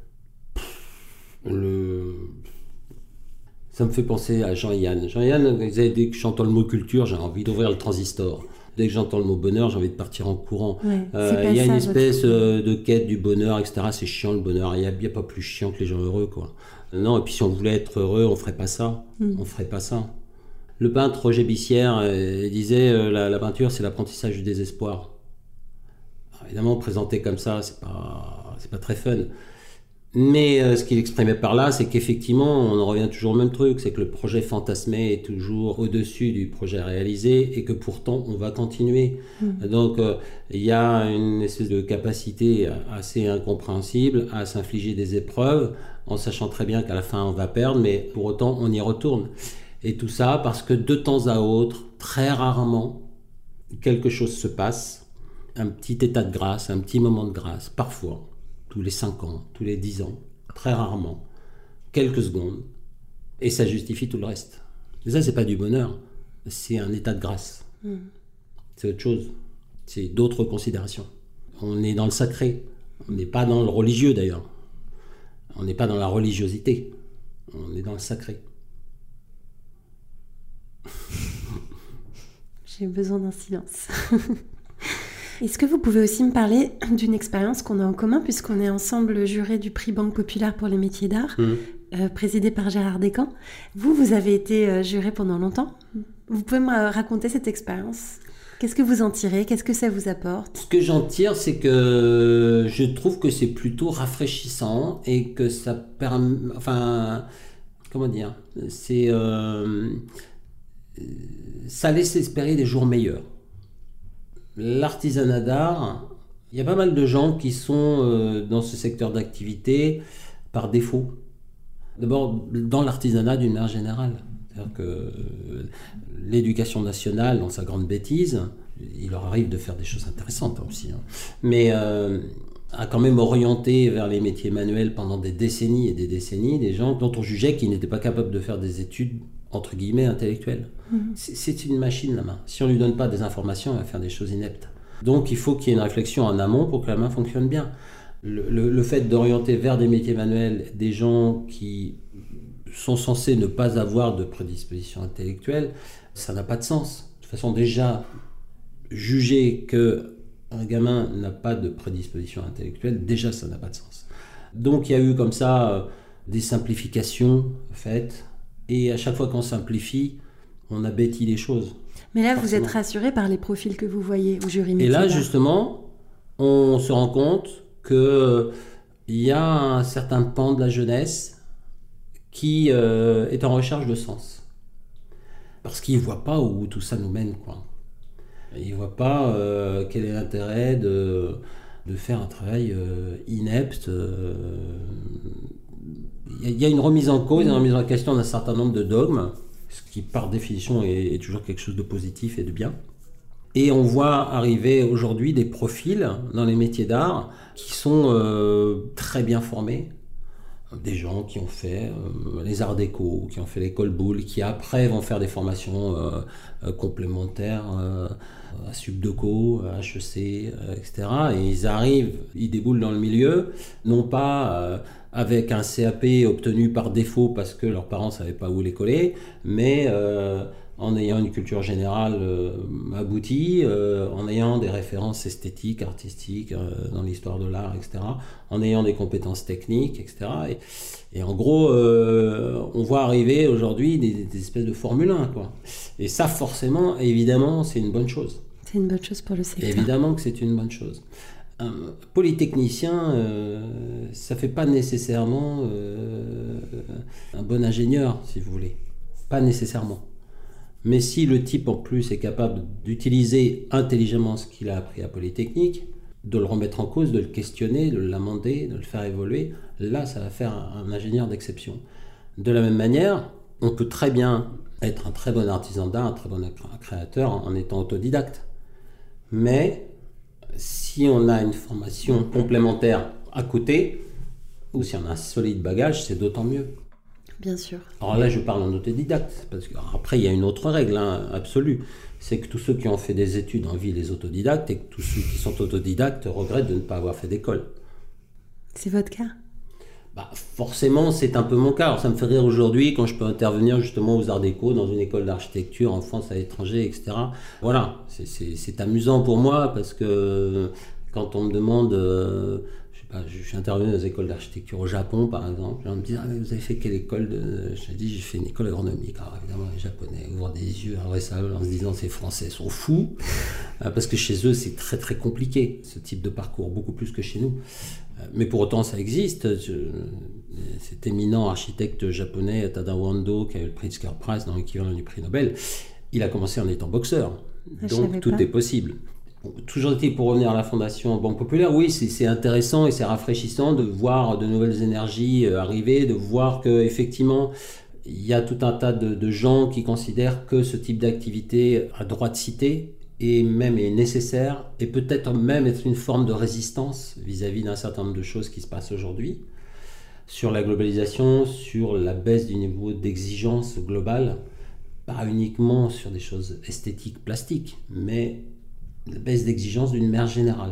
Le... Ça me fait penser à Jean-Yann. Jean-Yann, il disait, dès que j'entends le mot culture, j'ai envie d'ouvrir le transistor. Dès que j'entends le mot bonheur, j'ai envie de partir en courant. Il ouais, euh, y a une espèce euh, de quête du bonheur, et cetera. C'est chiant le bonheur. Il n'y a, a pas plus chiant que les gens heureux, quoi. Non, et puis si on voulait être heureux, on ne ferait pas ça. Mm. On ne ferait pas ça. Le peintre Roger Bissière euh, disait euh, la, la peinture, c'est l'apprentissage du désespoir. Alors, évidemment, présenté comme ça, c'est pas, c'est pas très fun. Mais euh, ce qu'il exprimait par là, c'est qu'effectivement, on en revient toujours au même truc, c'est que le projet fantasmé est toujours au-dessus du projet réalisé et que pourtant, on va continuer. Mmh. Donc, euh, il y a une espèce de capacité assez incompréhensible à s'infliger des épreuves en sachant très bien qu'à la fin, on va perdre, mais pour autant, on y retourne. Et tout ça parce que de temps à autre, très rarement, quelque chose se passe, un petit état de grâce, un petit moment de grâce, parfois, tous les cinq ans, tous les dix ans, très rarement, quelques secondes, et ça justifie tout le reste. Et ça, c'est pas du bonheur, c'est un état de grâce. Mmh. C'est autre chose, c'est d'autres considérations. On est dans le sacré, on n'est pas dans le religieux d'ailleurs, on n'est pas dans la religiosité, on est dans le sacré. J'ai besoin d'un silence. Est-ce que vous pouvez aussi me parler d'une expérience qu'on a en commun, puisqu'on est ensemble jurés du prix Banque Populaire pour les métiers d'art, mmh. euh, présidé par Gérard Descamps. Vous, vous avez été euh, juré pendant longtemps. Vous pouvez me raconter cette expérience ? Qu'est-ce que vous en tirez ? Qu'est-ce que ça vous apporte ? Ce que j'en tire, c'est que je trouve que c'est plutôt rafraîchissant et que ça permet... Enfin, comment dire ? C'est... Euh, ça laisse espérer des jours meilleurs. L'artisanat d'art, il y a pas mal de gens qui sont euh, dans ce secteur d'activité par défaut. D'abord, dans l'artisanat d'une manière générale. C'est-à-dire que euh, l'éducation nationale, dans sa grande bêtise, il leur arrive de faire des choses intéressantes aussi, hein, mais euh, a quand même orienté vers les métiers manuels pendant des décennies et des décennies des gens dont on jugeait qu'ils n'étaient pas capables de faire des études entre guillemets intellectuelles. Mmh. C'est, c'est une machine, la main. Si on ne lui donne pas des informations, elle va faire des choses ineptes. Donc il faut qu'il y ait une réflexion en amont pour que la main fonctionne bien. Le, le, le fait d'orienter vers des métiers manuels des gens qui sont censés ne pas avoir de prédisposition intellectuelle, ça n'a pas de sens. De toute façon, déjà, juger qu'un gamin n'a pas de prédisposition intellectuelle, déjà ça n'a pas de sens. Donc il y a eu comme ça des simplifications faites. Et à chaque fois qu'on simplifie, on abêtit les choses. Mais là, forcément. Vous êtes rassuré par les profils que vous voyez au jury métier. Et là, justement, on se rend compte qu'il euh, y a un certain pan de la jeunesse qui euh, est en recherche de sens. Parce qu'il ne voit pas où tout ça nous mène, quoi. Il ne voit pas euh, quel est l'intérêt de, de faire un travail euh, inepte. Euh, Il y a une remise en cause, une remise en question d'un certain nombre de dogmes, ce qui par définition est, est toujours quelque chose de positif et de bien. Et on voit arriver aujourd'hui des profils dans les métiers d'art qui sont euh, très bien formés. Des gens qui ont fait euh, les arts déco, qui ont fait l'école Boulle, qui après vont faire des formations euh, euh, complémentaires euh, à Subdeco, à H E C, euh, et cetera. Et ils arrivent, ils déboulent dans le milieu, non pas euh, avec un C A P obtenu par défaut parce que leurs parents ne savaient pas où les coller, mais euh, en ayant une culture générale euh, aboutie, euh, en ayant des références esthétiques, artistiques, euh, dans l'histoire de l'art, et cetera, en ayant des compétences techniques, et cetera. Et, et en gros, euh, on voit arriver aujourd'hui des, des espèces de Formule un, quoi. Et ça, forcément, évidemment, c'est une bonne chose. C'est une bonne chose pour le secteur. Évidemment que c'est une bonne chose. Un polytechnicien, euh, ça ne fait pas nécessairement euh, un bon ingénieur, si vous voulez. Pas nécessairement. Mais si le type en plus est capable d'utiliser intelligemment ce qu'il a appris à Polytechnique, de le remettre en cause, de le questionner, de l'amender, de le faire évoluer, là ça va faire un ingénieur d'exception. De la même manière, on peut très bien être un très bon artisan d'art, un très bon créateur en étant autodidacte. Mais si on a une formation complémentaire à côté, ou si on a un solide bagage, c'est d'autant mieux. Bien sûr. Alors là, je parle en autodidacte, parce qu'après, il y a une autre règle hein, absolue, c'est que tous ceux qui ont fait des études envient les autodidactes, et que tous ceux qui sont autodidactes regrettent de ne pas avoir fait d'école. C'est votre cas ? Bah, forcément, c'est un peu mon cas. Alors, ça me fait rire aujourd'hui quand je peux intervenir justement aux Arts Déco dans une école d'architecture en France, à l'étranger, et cetera. Voilà, c'est, c'est, c'est amusant pour moi parce que quand on me demande, euh, je sais pas, je suis intervenu dans des écoles d'architecture au Japon par exemple, on me dit ah, vous avez fait quelle école de... Je dis j'ai fait une école agronomique. Alors évidemment les Japonais ouvrent des yeux à ça en se disant ces Français sont fous parce que chez eux c'est très très compliqué ce type de parcours, beaucoup plus que chez nous. Mais pour autant, ça existe. Je, cet éminent architecte japonais, Tadao Ando, qui a eu le prix Pritzker Prize dans l'équivalent du prix Nobel, il a commencé en étant boxeur. Ah, donc, tout pas. est possible. Bon, toujours été pour revenir à la Fondation Banque Populaire, oui, c'est, c'est intéressant et c'est rafraîchissant de voir de nouvelles énergies arriver, de voir qu'effectivement, il y a tout un tas de, de gens qui considèrent que ce type d'activité a droit de citer, et même est nécessaire, et peut-être même être une forme de résistance vis-à-vis d'un certain nombre de choses qui se passent aujourd'hui, sur la globalisation, sur la baisse du niveau d'exigence globale, pas uniquement sur des choses esthétiques, plastiques, mais la baisse d'exigence d'une manière générale.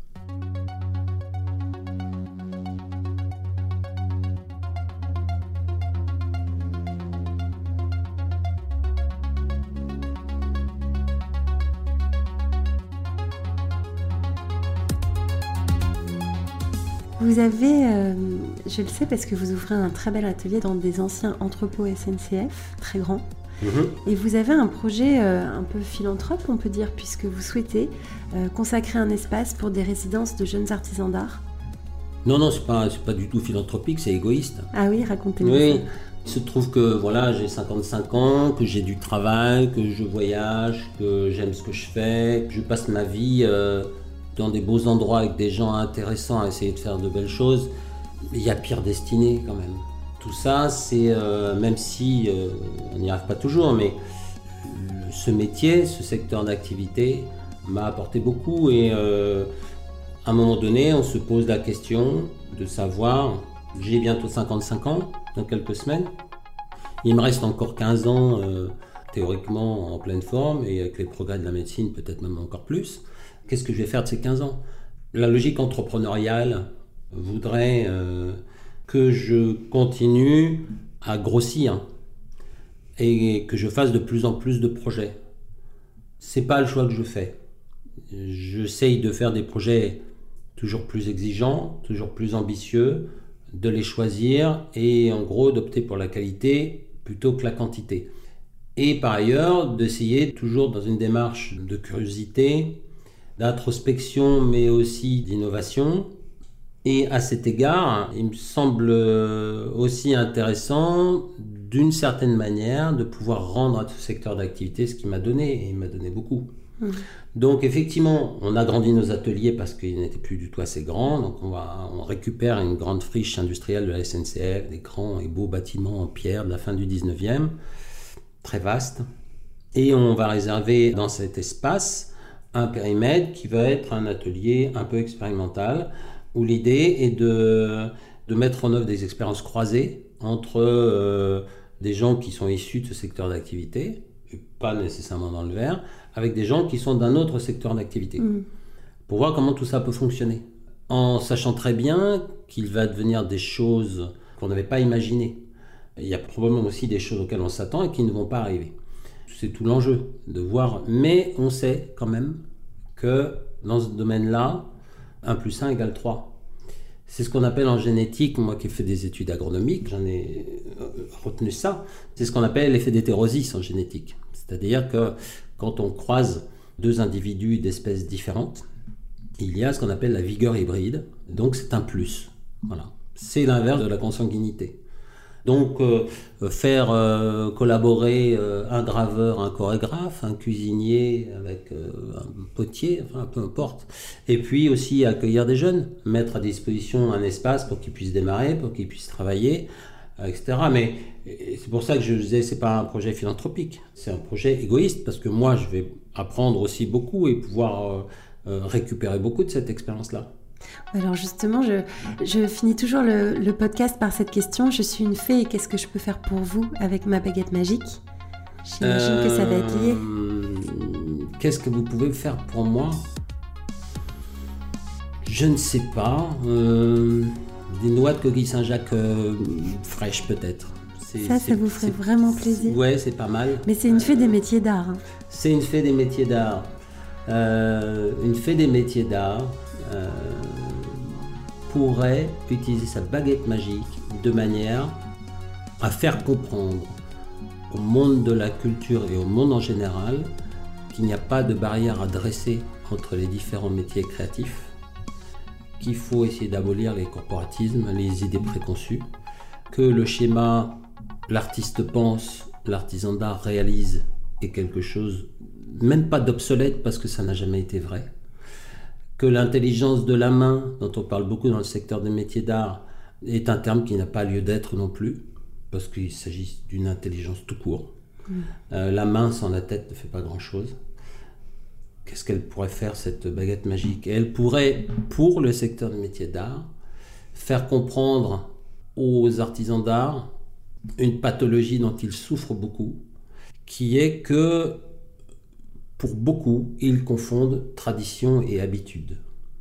Vous avez, euh, je le sais parce que vous ouvrez un très bel atelier dans des anciens entrepôts S N C F, très grands. Mmh. Et vous avez un projet euh, un peu philanthrope, on peut dire, puisque vous souhaitez euh, consacrer un espace pour des résidences de jeunes artisans d'art. Non, non, c'est pas, c'est pas du tout philanthropique, c'est égoïste. Ah oui, racontez-moi oui. ça. Il se trouve que voilà, j'ai cinquante-cinq ans, que j'ai du travail, que je voyage, que j'aime ce que je fais, que je passe ma vie... Euh, dans des beaux endroits avec des gens intéressants à essayer de faire de belles choses, mais il y a pire destinée quand même. Tout ça, c'est, euh, même si euh, on n'y arrive pas toujours, mais ce métier, ce secteur d'activité m'a apporté beaucoup et euh, à un moment donné, on se pose la question de savoir, j'ai bientôt cinquante-cinq ans, dans quelques semaines, il me reste encore quinze ans euh, théoriquement en pleine forme et avec les progrès de la médecine peut-être même encore plus. Qu'est-ce que je vais faire de ces quinze ans ? La logique entrepreneuriale voudrait euh, que je continue à grossir et que je fasse de plus en plus de projets. C'est pas le choix que je fais. J'essaye de faire des projets toujours plus exigeants, toujours plus ambitieux, de les choisir et en gros d'opter pour la qualité plutôt que la quantité. Et par ailleurs, d'essayer toujours dans une démarche de curiosité, d'introspection mais aussi d'innovation. Et à cet égard, il me semble aussi intéressant d'une certaine manière de pouvoir rendre à ce secteur d'activité ce qu'il m'a donné, et il m'a donné beaucoup. Mmh. Donc effectivement, on a grandi nos ateliers parce qu'ils n'étaient plus du tout assez grands, donc on, va, on récupère une grande friche industrielle de la S N C F, des grands et beaux bâtiments en pierre de la fin du dix-neuvième, très vastes, et on va réserver dans cet espace un périmètre qui va être un atelier un peu expérimental, où l'idée est de, de mettre en œuvre des expériences croisées entre euh, des gens qui sont issus de ce secteur d'activité, et pas nécessairement dans le verre, avec des gens qui sont d'un autre secteur d'activité, mmh. pour voir comment tout ça peut fonctionner, en sachant très bien qu'il va devenir des choses qu'on n'avait pas imaginées. Il y a probablement aussi des choses auxquelles on s'attend et qui ne vont pas arriver. C'est tout l'enjeu de voir, mais on sait quand même que dans ce domaine-là, un plus un égale trois. C'est ce qu'on appelle en génétique, moi qui ai fait des études agronomiques, j'en ai retenu ça, c'est ce qu'on appelle l'effet d'hétérosis en génétique. C'est-à-dire que quand on croise deux individus d'espèces différentes, il y a ce qu'on appelle la vigueur hybride, donc c'est un plus. Voilà. C'est l'inverse de la consanguinité. Donc, euh, faire euh, collaborer euh, un graveur, un chorégraphe, un cuisinier avec euh, un potier, enfin peu importe. Et puis aussi accueillir des jeunes, mettre à disposition un espace pour qu'ils puissent démarrer, pour qu'ils puissent travailler, euh, et cetera. Mais c'est pour ça que je disais, c'est pas un projet philanthropique, c'est un projet égoïste parce que moi, je vais apprendre aussi beaucoup et pouvoir euh, euh, récupérer beaucoup de cette expérience-là. Alors justement, je, je finis toujours le, le podcast par cette question. Je suis une fée et qu'est-ce que je peux faire pour vous avec ma baguette magique ? J'imagine euh, que ça va être lié. Qu'est-ce que vous pouvez faire pour moi ? Je ne sais pas. Euh, des noix de coquille Saint-Jacques euh, fraîches peut-être. C'est, ça, c'est, ça vous ferait vraiment plaisir. Ouais, c'est pas mal. Mais c'est une fée des métiers d'art. Hein. C'est une fée des métiers d'art. Euh, une fée des métiers d'art euh, pourrait utiliser sa baguette magique de manière à faire comprendre au monde de la culture et au monde en général qu'il n'y a pas de barrière à dresser entre les différents métiers créatifs, qu'il faut essayer d'abolir les corporatismes, les idées préconçues, que le schéma l'artiste pense, l'artisan d'art réalise est quelque chose, même pas d'obsolète parce que ça n'a jamais été vrai, que l'intelligence de la main, dont on parle beaucoup dans le secteur des métiers d'art, est un terme qui n'a pas lieu d'être non plus, parce qu'il s'agit d'une intelligence tout court. Mmh. Euh, la main sans la tête ne fait pas grand-chose. Qu'est-ce qu'elle pourrait faire, cette baguette magique ? Et elle pourrait, pour le secteur des métiers d'art, faire comprendre aux artisans d'art une pathologie dont ils souffrent beaucoup, qui est que, pour beaucoup, ils confondent tradition et habitude.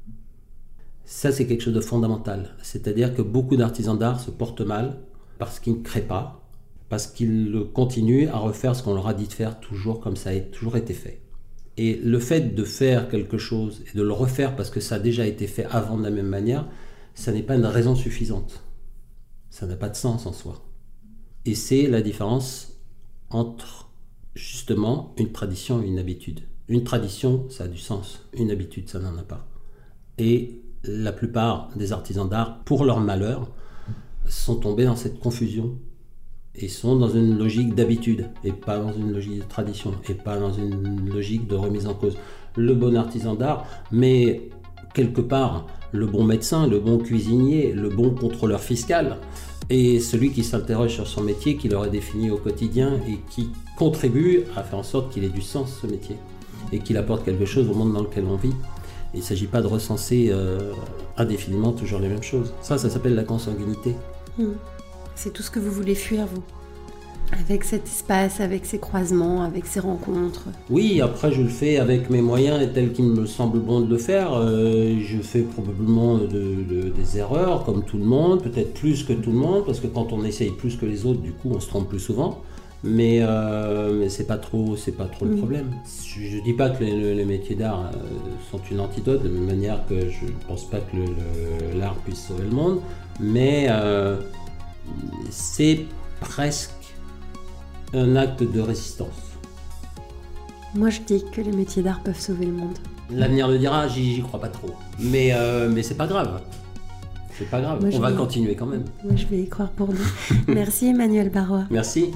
Ça, c'est quelque chose de fondamental. C'est-à-dire que beaucoup d'artisans d'art se portent mal parce qu'ils ne créent pas, parce qu'ils continuent à refaire ce qu'on leur a dit de faire toujours comme ça a toujours été fait. Et le fait de faire quelque chose et de le refaire parce que ça a déjà été fait avant de la même manière, ça n'est pas une raison suffisante. Ça n'a pas de sens en soi. Et c'est la différence entre, justement, une tradition et une habitude. Une tradition, ça a du sens. Une habitude, ça n'en a pas. Et la plupart des artisans d'art, pour leur malheur, sont tombés dans cette confusion et sont dans une logique d'habitude et pas dans une logique de tradition et pas dans une logique de remise en cause. Le bon artisan d'art, mais quelque part, le bon médecin, le bon cuisinier, le bon contrôleur fiscal, et celui qui s'interroge sur son métier, qui l'aurait défini au quotidien et qui contribue à faire en sorte qu'il ait du sens, ce métier, et qu'il apporte quelque chose au monde dans lequel on vit. Il ne s'agit pas de recenser euh, indéfiniment toujours les mêmes choses. Ça, ça s'appelle la consanguinité. Mmh. C'est tout ce que vous voulez fuir, vous ? Avec cet espace, avec ces croisements, avec ces rencontres. Oui, après je le fais avec mes moyens et tel qu'il me semble bon de le faire. Euh, je fais probablement de, de, des erreurs, comme tout le monde, peut-être plus que tout le monde, parce que quand on essaye plus que les autres, du coup on se trompe plus souvent. Mais, euh, mais c'est pas trop, c'est pas trop mmh. le problème. Je, je dis pas que les, les métiers d'art euh, sont une antidote, de la même manière que je pense pas que le, le, l'art puisse sauver le monde, mais euh, c'est presque un acte de résistance. Moi je dis que les métiers d'art peuvent sauver le monde. L'avenir le dira, j'y, j'y crois pas trop. Mais, euh, mais c'est pas grave. C'est pas grave, Moi, on va vais... continuer quand même. Moi je vais y croire pour nous. Merci Emmanuel Barrois. Merci.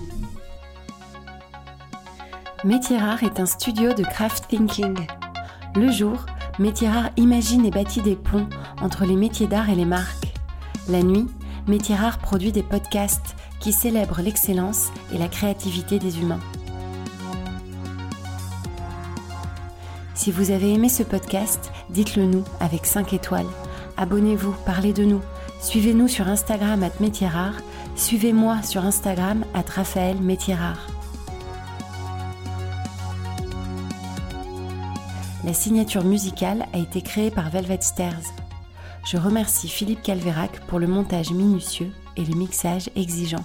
Métiers Rares est un studio de craft thinking. Le jour, Métiers Rares imagine et bâtit des ponts entre les métiers d'art et les marques. La nuit, Métiers Rares produit des podcasts qui célèbrent l'excellence et la créativité des humains. Si vous avez aimé ce podcast, dites-le nous avec cinq étoiles. Abonnez-vous, parlez de nous. Suivez-nous sur Instagram arobase Métiers Rares. Suivez-moi sur Instagram arobase Raphaël Métiers Rares. La signature musicale a été créée par Velvet Stairs. Je remercie Philippe Calvérac pour le montage minutieux et le mixage exigeant.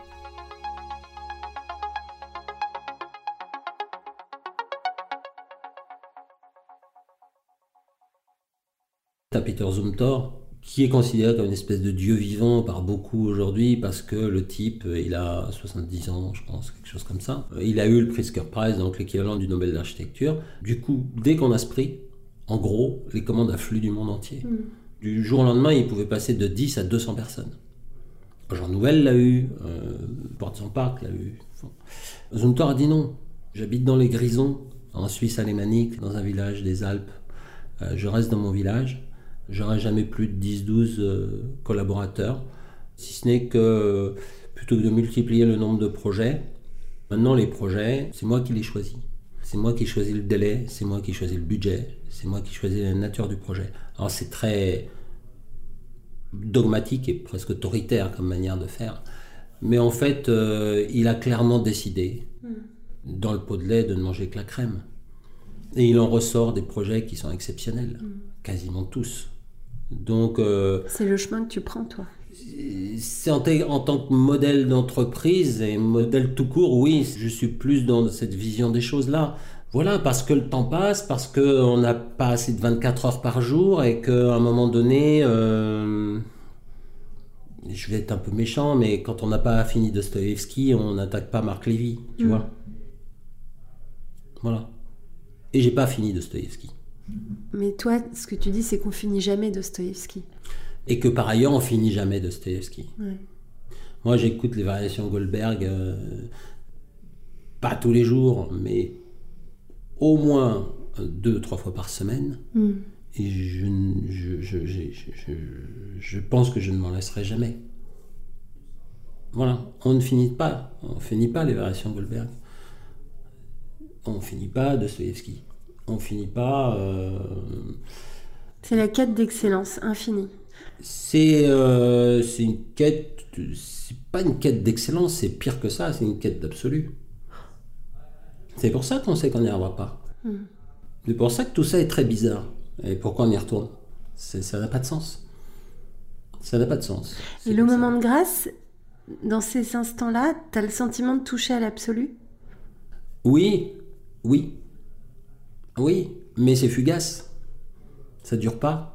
T'as Peter Zumthor, qui est considéré comme une espèce de dieu vivant par beaucoup aujourd'hui, parce que le type, il a soixante-dix ans, je pense, quelque chose comme ça. Il a eu le Pritzker Prize, donc l'équivalent du Nobel d'architecture. Du coup, dès qu'on a ce prix, en gros, les commandes affluent du monde entier. Mm. Du jour au lendemain, il pouvait passer de dix à deux cents personnes. Jean Nouvel l'a eu, euh, Porte-Son Parc l'a eu. Enfin. Zumthor a dit non. J'habite dans les Grisons, en Suisse alémanique, dans un village des Alpes. Euh, je reste dans mon village. J'aurai jamais plus de dix douze euh, collaborateurs, si ce n'est que plutôt que de multiplier le nombre de projets, maintenant les projets, c'est moi qui les choisis. C'est moi qui choisis le délai, c'est moi qui choisis le budget, c'est moi qui choisis la nature du projet. Alors c'est très dogmatique et presque autoritaire comme manière de faire. Mais en fait, euh, il a clairement décidé, mmh. dans le pot de lait, de ne manger que la crème. Et il en ressort des projets qui sont exceptionnels, mmh. quasiment tous. Donc, euh, c'est le chemin que tu prends, toi. C'est en, t- en tant que modèle d'entreprise et modèle tout court, oui, je suis plus dans cette vision des choses-là. Voilà, parce que le temps passe, parce qu'on n'a pas assez de vingt-quatre heures par jour et qu'à un moment donné, euh, je vais être un peu méchant, mais quand on n'a pas fini Dostoïevski, on n'attaque pas Marc Lévy, tu mmh. vois. Voilà. Et j'ai pas fini Dostoïevski. Mais toi, ce que tu dis, c'est qu'on finit jamais Dostoïevski. Et que par ailleurs, on finit jamais Dostoïevski. Ouais. Moi, j'écoute les variations Goldberg, euh, pas tous les jours, mais au moins deux, trois fois par semaine. Mm. Et je, je, je, je, je, je pense que je ne m'en laisserai jamais. Voilà, on ne finit pas, on ne finit pas les variations Goldberg. On ne finit pas Dostoïevski. On ne finit pas... Euh... C'est la quête d'excellence infinie. C'est, euh, c'est une quête... C'est pas une quête d'excellence, c'est pire que ça, c'est une quête d'absolu. C'est pour ça qu'on sait qu'on n'y arrivera pas. Mm. C'est pour ça que tout ça est très bizarre. Et pourquoi on y retourne ? c'est, Ça n'a pas de sens. Ça n'a pas de sens. C'est Et le moment ça. de grâce, dans ces instants-là, tu as le sentiment de toucher à l'absolu ? Oui, oui. Oui, mais c'est fugace. Ça ne dure pas.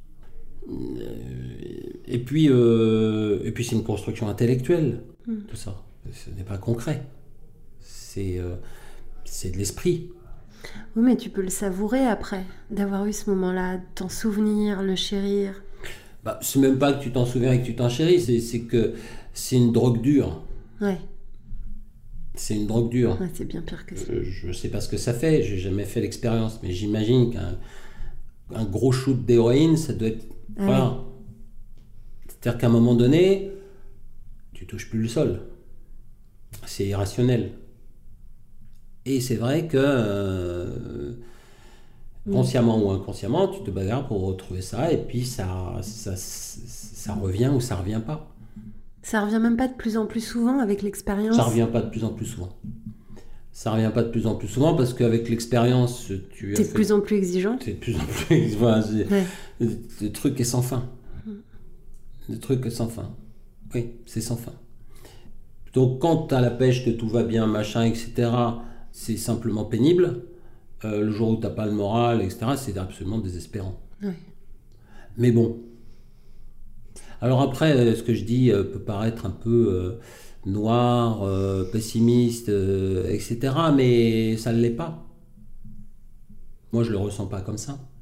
Et puis, euh, et puis c'est une construction intellectuelle, mm. tout ça. Ce n'est pas concret. C'est, euh, c'est de l'esprit. Oui, mais tu peux le savourer après, d'avoir eu ce moment-là, t'en souvenir, le chérir. Bah, c'est même pas que tu t'en souviens et que tu t'en chéris, c'est, c'est que c'est une drogue dure. Ouais. C'est une drogue dure. Ouais, c'est bien pire que ça. Je ne sais pas ce que ça fait, j'ai jamais fait l'expérience, mais j'imagine qu'un un gros shoot d'héroïne, ça doit être... Ah voilà. Oui. C'est-à-dire qu'à un moment donné, tu touches plus le sol. C'est irrationnel. Et c'est vrai que, euh, consciemment mmh. ou inconsciemment, tu te bagarres pour retrouver ça, et puis ça, ça, ça, ça revient ou ça revient pas. Ça revient même pas de plus en plus souvent avec l'expérience. Ça revient pas de plus en plus souvent. Ça revient pas de plus en plus souvent parce qu'avec l'expérience, tu T'es de fait... plus en plus exigeant. T'es de plus en plus... Voilà, c'est... Ouais. Le truc est sans fin. Mmh. Le truc est sans fin. Oui, c'est sans fin. Donc quand t'as la pêche, que tout va bien, machin, et cetera, c'est simplement pénible. Euh, le jour où t'as pas le moral, et cetera, c'est absolument désespérant. Oui. Mais bon. Alors après, ce que je dis euh, peut paraître un peu... Euh, noir, euh, pessimiste, euh, et cetera. Mais ça ne l'est pas. Moi, je ne le ressens pas comme ça.